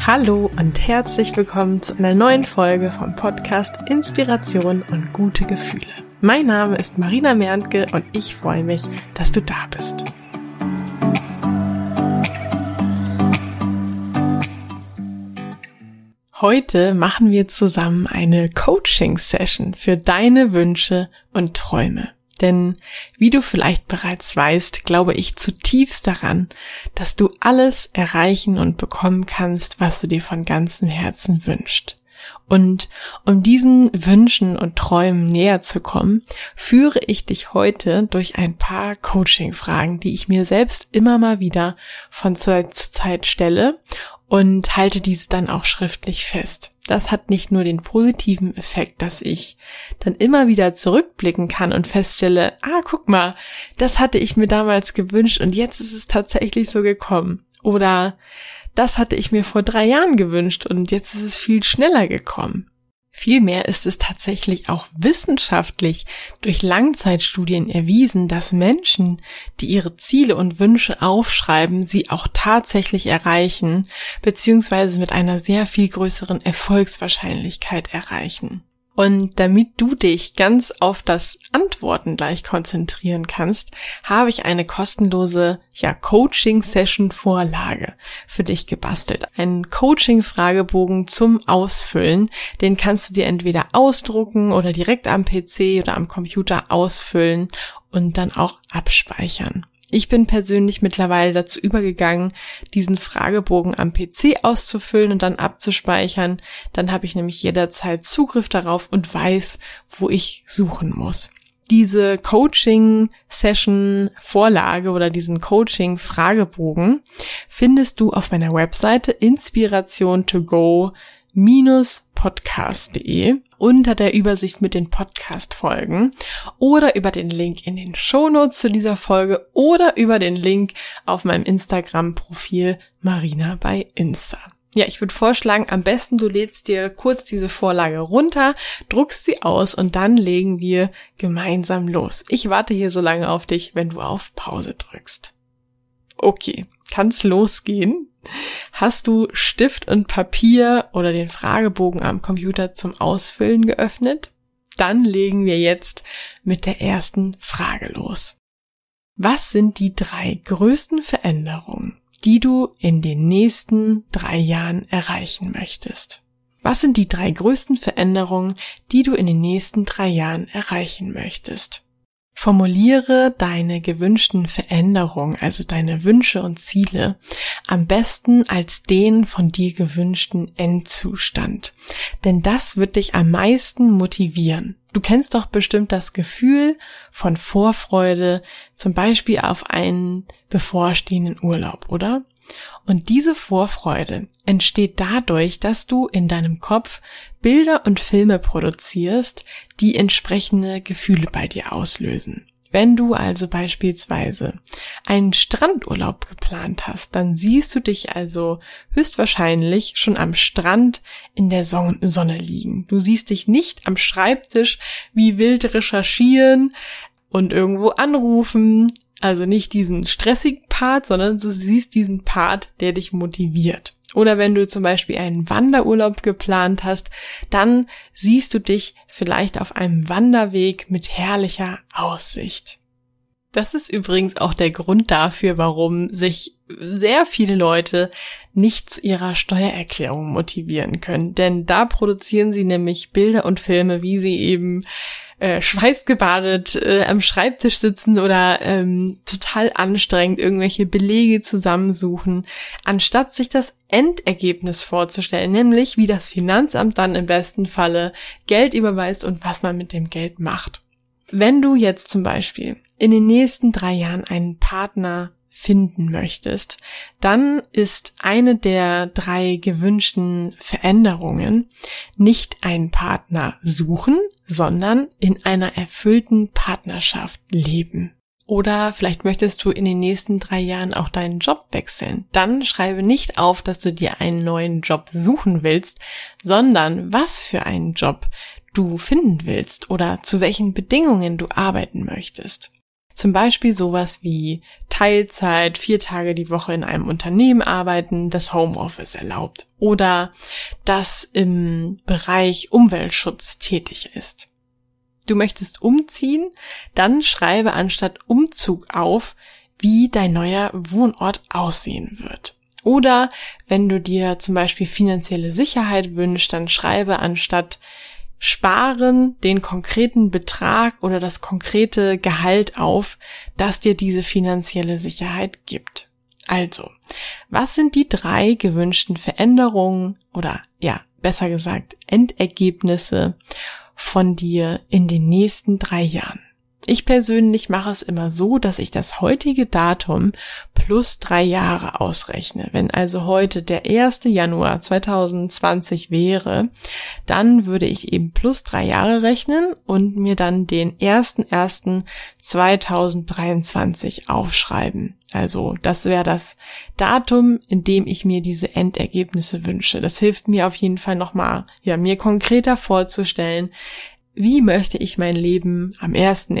Hallo und herzlich willkommen zu einer neuen Folge vom Podcast Inspiration und gute Gefühle. Mein Name ist Marina Merntke und ich freue mich, dass du da bist. Heute machen wir zusammen eine Coaching-Session für deine Wünsche und Träume. Denn wie du vielleicht bereits weißt, glaube ich zutiefst daran, dass du alles erreichen und bekommen kannst, was du dir von ganzem Herzen wünschst. Und um diesen Wünschen und Träumen näher zu kommen, führe ich dich heute durch ein paar Coaching-Fragen, die ich mir selbst immer mal wieder von Zeit zu Zeit stelle und halte diese dann auch schriftlich fest. Das hat nicht nur den positiven Effekt, dass ich dann immer wieder zurückblicken kann und feststelle, guck mal, das hatte ich mir damals gewünscht und jetzt ist es tatsächlich so gekommen. Oder das hatte ich mir vor 3 Jahren gewünscht und jetzt ist es viel schneller gekommen. Vielmehr ist es tatsächlich auch wissenschaftlich durch Langzeitstudien erwiesen, dass Menschen, die ihre Ziele und Wünsche aufschreiben, sie auch tatsächlich erreichen, beziehungsweise mit einer sehr viel größeren Erfolgswahrscheinlichkeit erreichen. Und damit du dich ganz auf das Antworten gleich konzentrieren kannst, habe ich eine kostenlose Coaching-Session-Vorlage für dich gebastelt. Einen Coaching-Fragebogen zum Ausfüllen, den kannst du dir entweder ausdrucken oder direkt am PC oder am Computer ausfüllen und dann auch abspeichern. Ich bin persönlich mittlerweile dazu übergegangen, diesen Fragebogen am PC auszufüllen und dann abzuspeichern. Dann habe ich nämlich jederzeit Zugriff darauf und weiß, wo ich suchen muss. Diese Coaching-Session-Vorlage oder diesen Coaching-Fragebogen findest du auf meiner Webseite inspirationtogo-podcast.de unter der Übersicht mit den Podcast-Folgen oder über den Link in den Shownotes zu dieser Folge oder über den Link auf meinem Instagram-Profil Marina bei Insta. Ja, ich würde vorschlagen, am besten du lädst dir kurz diese Vorlage runter, druckst sie aus und dann legen wir gemeinsam los. Ich warte hier so lange auf dich, wenn du auf Pause drückst. Okay, kann's losgehen? Hast du Stift und Papier oder den Fragebogen am Computer zum Ausfüllen geöffnet? Dann legen wir jetzt mit der ersten Frage los. Was sind die 3 größten Veränderungen, die du in den nächsten 3 Jahren erreichen möchtest? Was sind die 3 größten Veränderungen, die du in den nächsten 3 Jahren erreichen möchtest? Formuliere deine gewünschten Veränderungen, also deine Wünsche und Ziele, am besten als den von dir gewünschten Endzustand. Denn das wird dich am meisten motivieren. Du kennst doch bestimmt das Gefühl von Vorfreude, zum Beispiel auf einen bevorstehenden Urlaub, oder? Und diese Vorfreude entsteht dadurch, dass du in deinem Kopf Bilder und Filme produzierst, die entsprechende Gefühle bei dir auslösen. Wenn du also beispielsweise einen Strandurlaub geplant hast, dann siehst du dich also höchstwahrscheinlich schon am Strand in der Sonne liegen. Du siehst dich nicht am Schreibtisch wie wild recherchieren und irgendwo anrufen, also nicht diesen stressigen Part, sondern du siehst diesen Part, der dich motiviert. Oder wenn du zum Beispiel einen Wanderurlaub geplant hast, dann siehst du dich vielleicht auf einem Wanderweg mit herrlicher Aussicht. Das ist übrigens auch der Grund dafür, warum sich sehr viele Leute nicht zu ihrer Steuererklärung motivieren können. Denn da produzieren sie nämlich Bilder und Filme, wie sie eben schweißgebadet am Schreibtisch sitzen oder total anstrengend irgendwelche Belege zusammensuchen, anstatt sich das Endergebnis vorzustellen, nämlich wie das Finanzamt dann im besten Falle Geld überweist und was man mit dem Geld macht. Wenn du jetzt zum Beispiel in den nächsten 3 Jahren einen Partner finden möchtest, dann ist eine der 3 gewünschten Veränderungen nicht einen Partner suchen, sondern in einer erfüllten Partnerschaft leben. Oder vielleicht möchtest du in den nächsten 3 Jahren auch deinen Job wechseln. Dann schreibe nicht auf, dass du dir einen neuen Job suchen willst, sondern was für einen Job du finden willst oder zu welchen Bedingungen du arbeiten möchtest. Zum Beispiel sowas wie Teilzeit, 4 Tage die Woche in einem Unternehmen arbeiten, das Homeoffice erlaubt oder das im Bereich Umweltschutz tätig ist. Du möchtest umziehen, dann schreibe anstatt Umzug auf, wie dein neuer Wohnort aussehen wird. Oder wenn du dir zum Beispiel finanzielle Sicherheit wünschst, dann schreibe anstatt Sparen den konkreten Betrag oder das konkrete Gehalt auf, das dir diese finanzielle Sicherheit gibt. Also, was sind die 3 gewünschten Veränderungen oder besser gesagt Endergebnisse von dir in den nächsten 3 Jahren? Ich persönlich mache es immer so, dass ich das heutige Datum plus 3 Jahre ausrechne. Wenn also heute der 1. Januar 2020 wäre, dann würde ich eben plus 3 Jahre rechnen und mir dann den 1.1.2023 aufschreiben. Also das wäre das Datum, in dem ich mir diese Endergebnisse wünsche. Das hilft mir auf jeden Fall nochmal, mir konkreter vorzustellen, wie möchte ich mein Leben am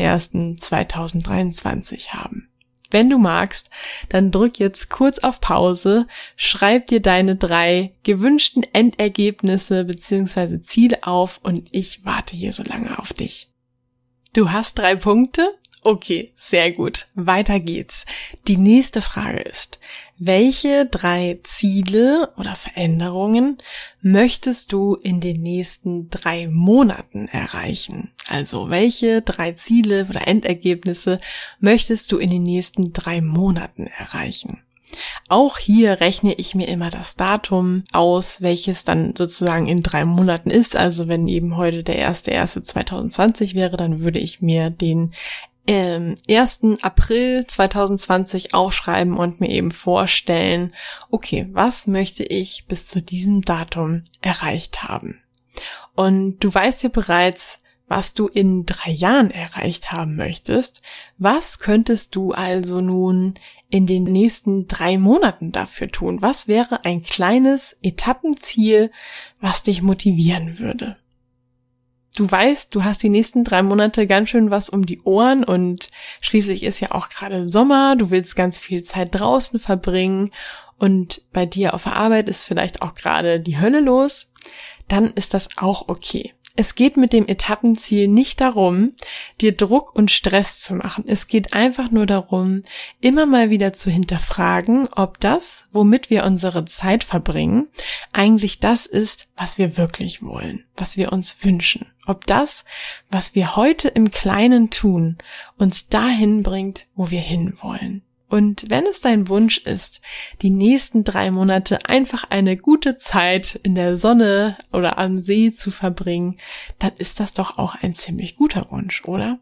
1.1.2023 haben. Wenn du magst, dann drück jetzt kurz auf Pause, schreib dir deine 3 gewünschten Endergebnisse bzw. Ziele auf und ich warte hier so lange auf dich. Du hast 3 Punkte? Okay, sehr gut. Weiter geht's. Die nächste Frage ist, welche 3 Ziele oder Veränderungen möchtest du in den nächsten 3 Monaten erreichen? Also, welche 3 Ziele oder Endergebnisse möchtest du in den nächsten 3 Monaten erreichen? Auch hier rechne ich mir immer das Datum aus, welches dann sozusagen in 3 Monaten ist. Also, wenn eben heute der 1.1.2020 wäre, dann würde ich mir den 1. April 2020 aufschreiben und mir eben vorstellen, okay, was möchte ich bis zu diesem Datum erreicht haben? Und du weißt ja bereits, was du in 3 Jahren erreicht haben möchtest. Was könntest du also nun in den nächsten 3 Monaten dafür tun? Was wäre ein kleines Etappenziel, was dich motivieren würde? Du weißt, du hast die nächsten 3 Monate ganz schön was um die Ohren und schließlich ist ja auch gerade Sommer, du willst ganz viel Zeit draußen verbringen und bei dir auf der Arbeit ist vielleicht auch gerade die Hölle los, dann ist das auch okay. Es geht mit dem Etappenziel nicht darum, dir Druck und Stress zu machen. Es geht einfach nur darum, immer mal wieder zu hinterfragen, ob das, womit wir unsere Zeit verbringen, eigentlich das ist, was wir wirklich wollen, was wir uns wünschen. Ob das, was wir heute im Kleinen tun, uns dahin bringt, wo wir hinwollen. Und wenn es dein Wunsch ist, die nächsten 3 Monate einfach eine gute Zeit in der Sonne oder am See zu verbringen, dann ist das doch auch ein ziemlich guter Wunsch, oder?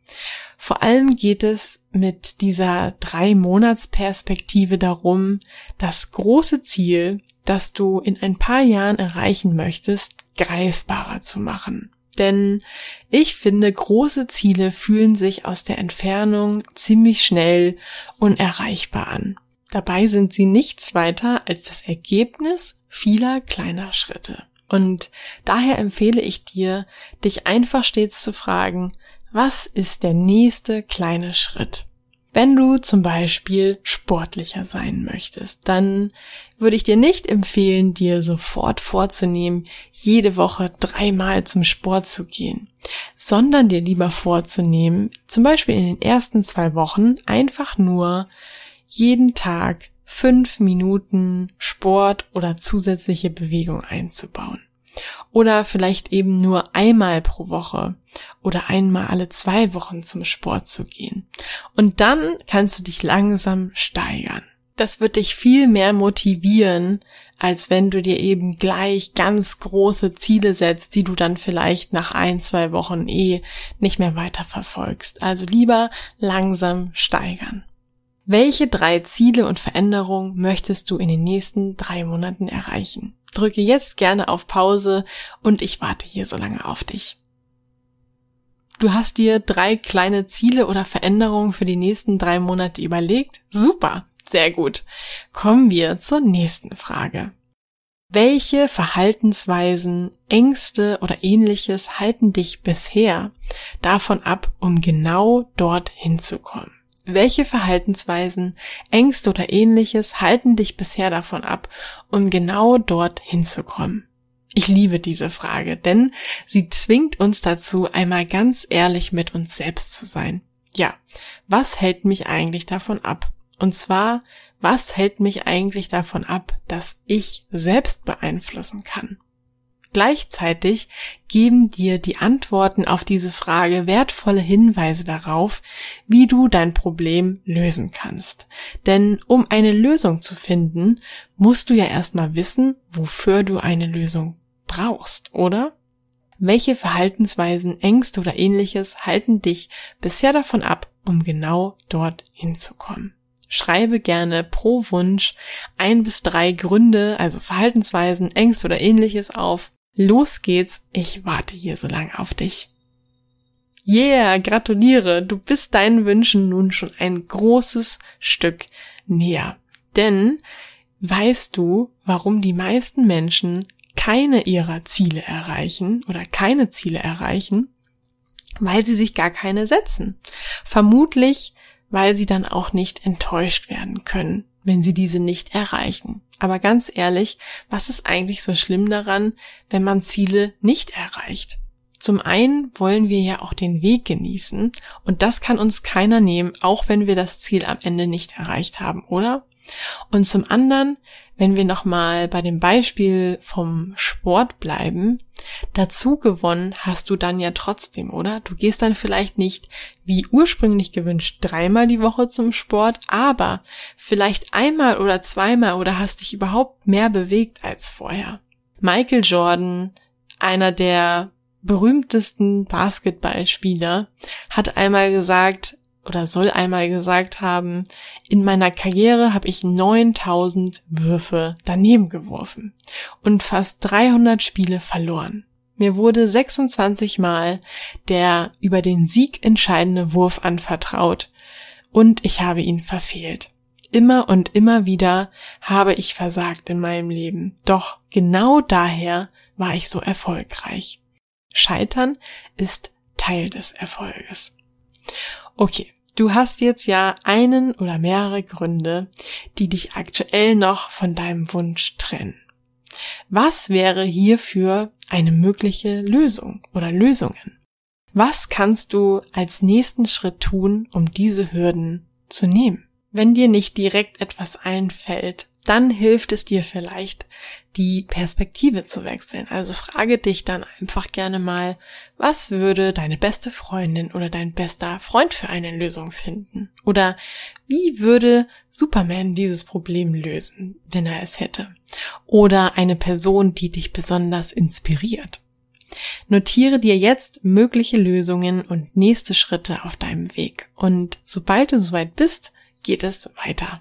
Vor allem geht es mit dieser 3-Monats-Perspektive darum, das große Ziel, das du in ein paar Jahren erreichen möchtest, greifbarer zu machen. Denn ich finde, große Ziele fühlen sich aus der Entfernung ziemlich schnell unerreichbar an. Dabei sind sie nichts weiter als das Ergebnis vieler kleiner Schritte. Und daher empfehle ich dir, dich einfach stets zu fragen, was ist der nächste kleine Schritt? Wenn du zum Beispiel sportlicher sein möchtest, dann würde ich dir nicht empfehlen, dir sofort vorzunehmen, jede Woche 3-mal zum Sport zu gehen, sondern dir lieber vorzunehmen, zum Beispiel in den ersten 2 Wochen einfach nur jeden Tag 5 Minuten Sport oder zusätzliche Bewegung einzubauen. Oder vielleicht eben nur einmal pro Woche oder einmal alle 2 Wochen zum Sport zu gehen. Und dann kannst du dich langsam steigern. Das wird dich viel mehr motivieren, als wenn du dir eben gleich ganz große Ziele setzt, die du dann vielleicht nach 1-2 Wochen nicht mehr weiter verfolgst. Also lieber langsam steigern. Welche 3 Ziele und Veränderungen möchtest du in den nächsten 3 Monaten erreichen? Drücke jetzt gerne auf Pause und ich warte hier so lange auf dich. Du hast dir 3 kleine Ziele oder Veränderungen für die nächsten 3 Monate überlegt? Super, sehr gut. Kommen wir zur nächsten Frage. Welche Verhaltensweisen, Ängste oder Ähnliches halten dich bisher davon ab, um genau dort hinzukommen? Welche Verhaltensweisen, Ängste oder Ähnliches halten dich bisher davon ab, um genau dort hinzukommen? Ich liebe diese Frage, denn sie zwingt uns dazu, einmal ganz ehrlich mit uns selbst zu sein. Ja, was hält mich eigentlich davon ab? Und zwar, was hält mich eigentlich davon ab, dass ich selbst beeinflussen kann? Gleichzeitig geben dir die Antworten auf diese Frage wertvolle Hinweise darauf, wie du dein Problem lösen kannst. Denn um eine Lösung zu finden, musst du ja erstmal wissen, wofür du eine Lösung brauchst, oder? Welche Verhaltensweisen, Ängste oder Ähnliches halten dich bisher davon ab, um genau dort hinzukommen? Schreibe gerne pro Wunsch 1 bis 3 Gründe, also Verhaltensweisen, Ängste oder Ähnliches auf. Los geht's, ich warte hier so lange auf dich. Yeah, gratuliere, du bist deinen Wünschen nun schon ein großes Stück näher. Denn weißt du, warum die meisten Menschen keine ihrer Ziele erreichen oder keine Ziele erreichen? Weil sie sich gar keine setzen. Vermutlich weil sie dann auch nicht enttäuscht werden können, wenn sie diese nicht erreichen. Aber ganz ehrlich, was ist eigentlich so schlimm daran, wenn man Ziele nicht erreicht? Zum einen wollen wir ja auch den Weg genießen und das kann uns keiner nehmen, auch wenn wir das Ziel am Ende nicht erreicht haben, oder? Und zum anderen, wenn wir nochmal bei dem Beispiel vom Sport bleiben, dazu gewonnen hast du dann ja trotzdem, oder? Du gehst dann vielleicht nicht, wie ursprünglich gewünscht, 3-mal die Woche zum Sport, aber vielleicht 1-mal oder 2-mal oder hast dich überhaupt mehr bewegt als vorher. Michael Jordan, einer der berühmtesten Basketballspieler, hat einmal gesagt, oder soll einmal gesagt haben, in meiner Karriere habe ich 9000 Würfe daneben geworfen und fast 300 Spiele verloren. Mir wurde 26 Mal der über den Sieg entscheidende Wurf anvertraut und ich habe ihn verfehlt. Immer und immer wieder habe ich versagt in meinem Leben, doch genau daher war ich so erfolgreich. Scheitern ist Teil des Erfolges. Okay. Du hast jetzt ja einen oder mehrere Gründe, die dich aktuell noch von deinem Wunsch trennen. Was wäre hierfür eine mögliche Lösung oder Lösungen? Was kannst du als nächsten Schritt tun, um diese Hürden zu nehmen? Wenn dir nicht direkt etwas einfällt, dann hilft es dir vielleicht, die Perspektive zu wechseln. Also frage dich dann einfach gerne mal, was würde deine beste Freundin oder dein bester Freund für eine Lösung finden? Oder wie würde Superman dieses Problem lösen, wenn er es hätte? Oder eine Person, die dich besonders inspiriert. Notiere dir jetzt mögliche Lösungen und nächste Schritte auf deinem Weg. Und sobald du soweit bist, geht es weiter.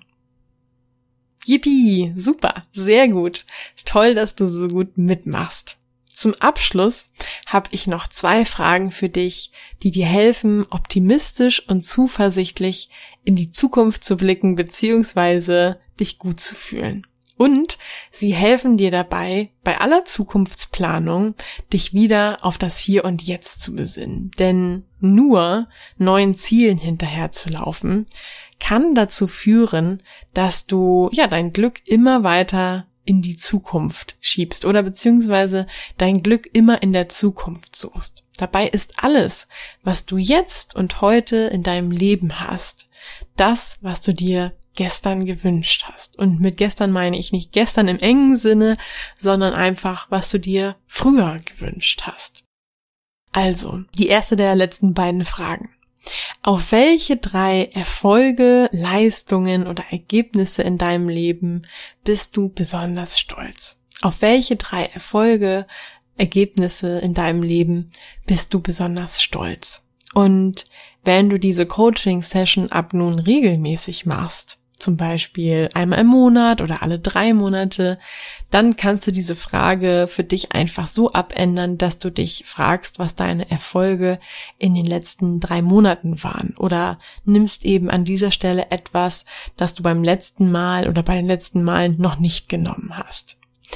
Yippie, super, sehr gut. Toll, dass du so gut mitmachst. Zum Abschluss habe ich noch 2 Fragen für dich, die dir helfen, optimistisch und zuversichtlich in die Zukunft zu blicken bzw. dich gut zu fühlen. Und sie helfen dir dabei, bei aller Zukunftsplanung dich wieder auf das Hier und Jetzt zu besinnen. Denn nur neuen Zielen hinterherzulaufen kann dazu führen, dass du dein Glück immer weiter in die Zukunft schiebst oder beziehungsweise dein Glück immer in der Zukunft suchst. Dabei ist alles, was du jetzt und heute in deinem Leben hast, das, was du dir gestern gewünscht hast. Und mit gestern meine ich nicht gestern im engen Sinne, sondern einfach, was du dir früher gewünscht hast. Also, die erste der letzten beiden Fragen. Auf welche 3 Erfolge, Leistungen oder Ergebnisse in deinem Leben bist du besonders stolz? Auf welche 3 Erfolge, Ergebnisse in deinem Leben bist du besonders stolz? Und wenn du diese Coaching-Session ab nun regelmäßig machst, zum Beispiel einmal im Monat oder alle 3 Monate, dann kannst du diese Frage für dich einfach so abändern, dass du dich fragst, was deine Erfolge in den letzten 3 Monaten waren. Oder nimmst eben an dieser Stelle etwas, das du beim letzten Mal oder bei den letzten Malen noch nicht genommen hast.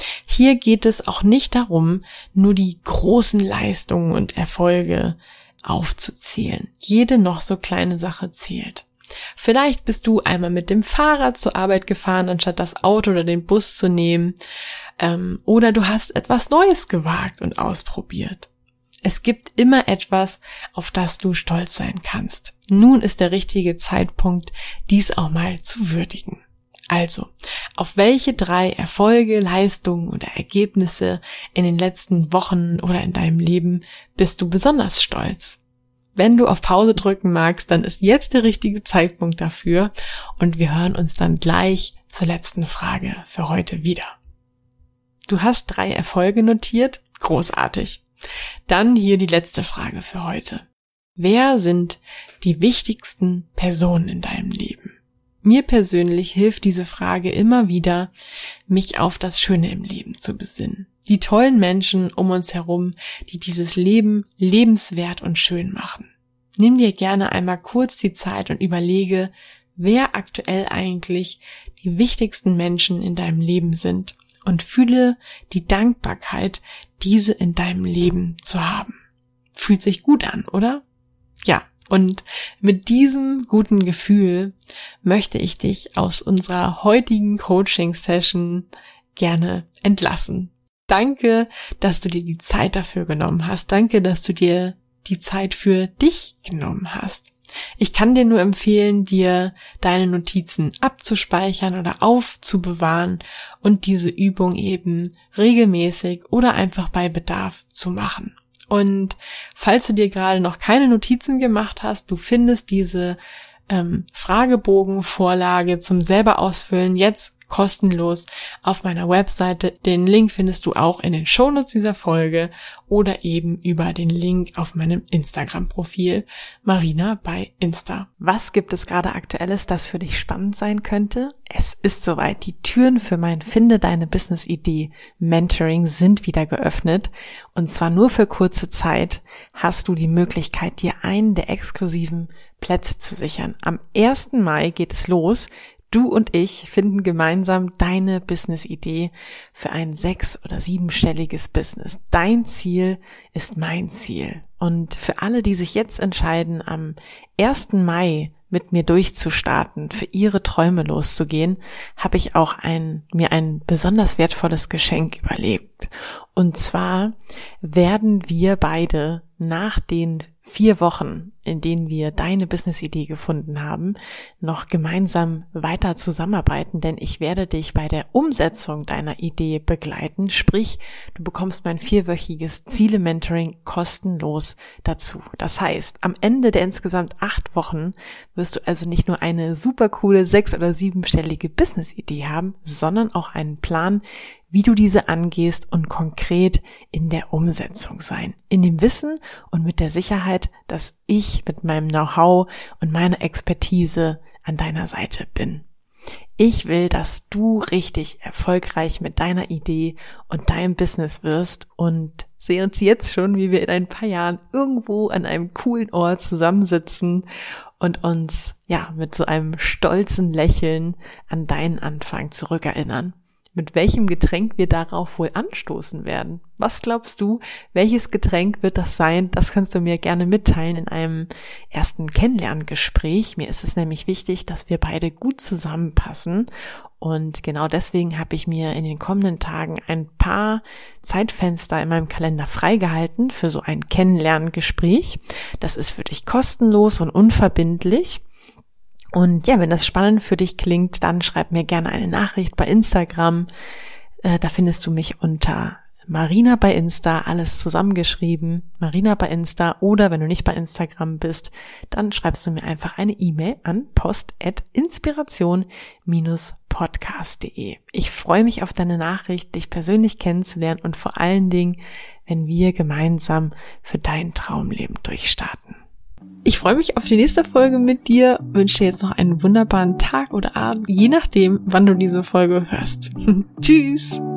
Hier geht es auch nicht darum, nur die großen Leistungen und Erfolge aufzuzählen. Jede noch so kleine Sache zählt. Vielleicht bist du einmal mit dem Fahrrad zur Arbeit gefahren, anstatt das Auto oder den Bus zu nehmen. Oder du hast etwas Neues gewagt und ausprobiert. Es gibt immer etwas, auf das du stolz sein kannst. Nun ist der richtige Zeitpunkt, dies auch mal zu würdigen. Also, auf welche 3 Erfolge, Leistungen oder Ergebnisse in den letzten Wochen oder in deinem Leben bist du besonders stolz? Wenn du auf Pause drücken magst, dann ist jetzt der richtige Zeitpunkt dafür und wir hören uns dann gleich zur letzten Frage für heute wieder. Du hast 3 Erfolge notiert? Großartig. Dann hier die letzte Frage für heute. Wer sind die wichtigsten Personen in deinem Leben? Mir persönlich hilft diese Frage immer wieder, mich auf das Schöne im Leben zu besinnen. Die tollen Menschen um uns herum, die dieses Leben lebenswert und schön machen. Nimm dir gerne einmal kurz die Zeit und überlege, wer aktuell eigentlich die wichtigsten Menschen in deinem Leben sind und fühle die Dankbarkeit, diese in deinem Leben zu haben. Fühlt sich gut an, oder? Ja, und mit diesem guten Gefühl möchte ich dich aus unserer heutigen Coaching-Session gerne entlassen. Danke, dass du dir die Zeit dafür genommen hast. Danke, dass du dir die Zeit für dich genommen hast. Ich kann dir nur empfehlen, dir deine Notizen abzuspeichern oder aufzubewahren und diese Übung eben regelmäßig oder einfach bei Bedarf zu machen. Und falls du dir gerade noch keine Notizen gemacht hast, du findest diese Fragebogenvorlage zum selber ausfüllen jetzt kostenlos auf meiner Webseite. Den Link findest du auch in den Shownotes dieser Folge oder eben über den Link auf meinem Instagram-Profil Marina bei Insta. Was gibt es gerade Aktuelles, das für dich spannend sein könnte? Es ist soweit. Die Türen für mein Finde deine Business-Idee Mentoring sind wieder geöffnet und zwar nur für kurze Zeit hast du die Möglichkeit, dir einen der exklusiven Plätze zu sichern. Am 1. Mai geht es los. Du und ich finden gemeinsam deine Business-Idee für ein 6- oder 7-stelliges Business. Dein Ziel ist mein Ziel. Und für alle, die sich jetzt entscheiden, am 1. Mai mit mir durchzustarten, für ihre Träume loszugehen, habe ich auch mir ein besonders wertvolles Geschenk überlegt. Und zwar werden wir beide nach den 4 Wochen, in denen wir deine Business-Idee gefunden haben, noch gemeinsam weiter zusammenarbeiten, denn ich werde dich bei der Umsetzung deiner Idee begleiten, sprich, du bekommst mein 4-wöchiges Ziele-Mentoring kostenlos dazu. Das heißt, am Ende der insgesamt 8 Wochen wirst du also nicht nur eine super coole 6- oder 7-stellige Business-Idee haben, sondern auch einen Plan, wie du diese angehst und konkret in der Umsetzung sein. In dem Wissen und mit der Sicherheit, dass ich mit meinem Know-how und meiner Expertise an deiner Seite bin. Ich will, dass du richtig erfolgreich mit deiner Idee und deinem Business wirst und sehe uns jetzt schon, wie wir in ein paar Jahren irgendwo an einem coolen Ort zusammensitzen und uns mit so einem stolzen Lächeln an deinen Anfang zurückerinnern. Mit welchem Getränk wir darauf wohl anstoßen werden? Was glaubst du, welches Getränk wird das sein? Das kannst du mir gerne mitteilen in einem ersten Kennenlerngespräch. Mir ist es nämlich wichtig, dass wir beide gut zusammenpassen. Und genau deswegen habe ich mir in den kommenden Tagen ein paar Zeitfenster in meinem Kalender freigehalten für so ein Kennenlerngespräch. Das ist für dich kostenlos und unverbindlich. Und wenn das spannend für dich klingt, dann schreib mir gerne eine Nachricht bei Instagram. Da findest du mich unter Marina bei Insta, alles zusammengeschrieben, Marina bei Insta. Oder wenn du nicht bei Instagram bist, dann schreibst du mir einfach eine E-Mail an post@inspiration-podcast.de. Ich freue mich auf deine Nachricht, dich persönlich kennenzulernen und vor allen Dingen, wenn wir gemeinsam für dein Traumleben durchstarten. Ich freue mich auf die nächste Folge mit dir, wünsche dir jetzt noch einen wunderbaren Tag oder Abend, je nachdem, wann du diese Folge hörst. Tschüss!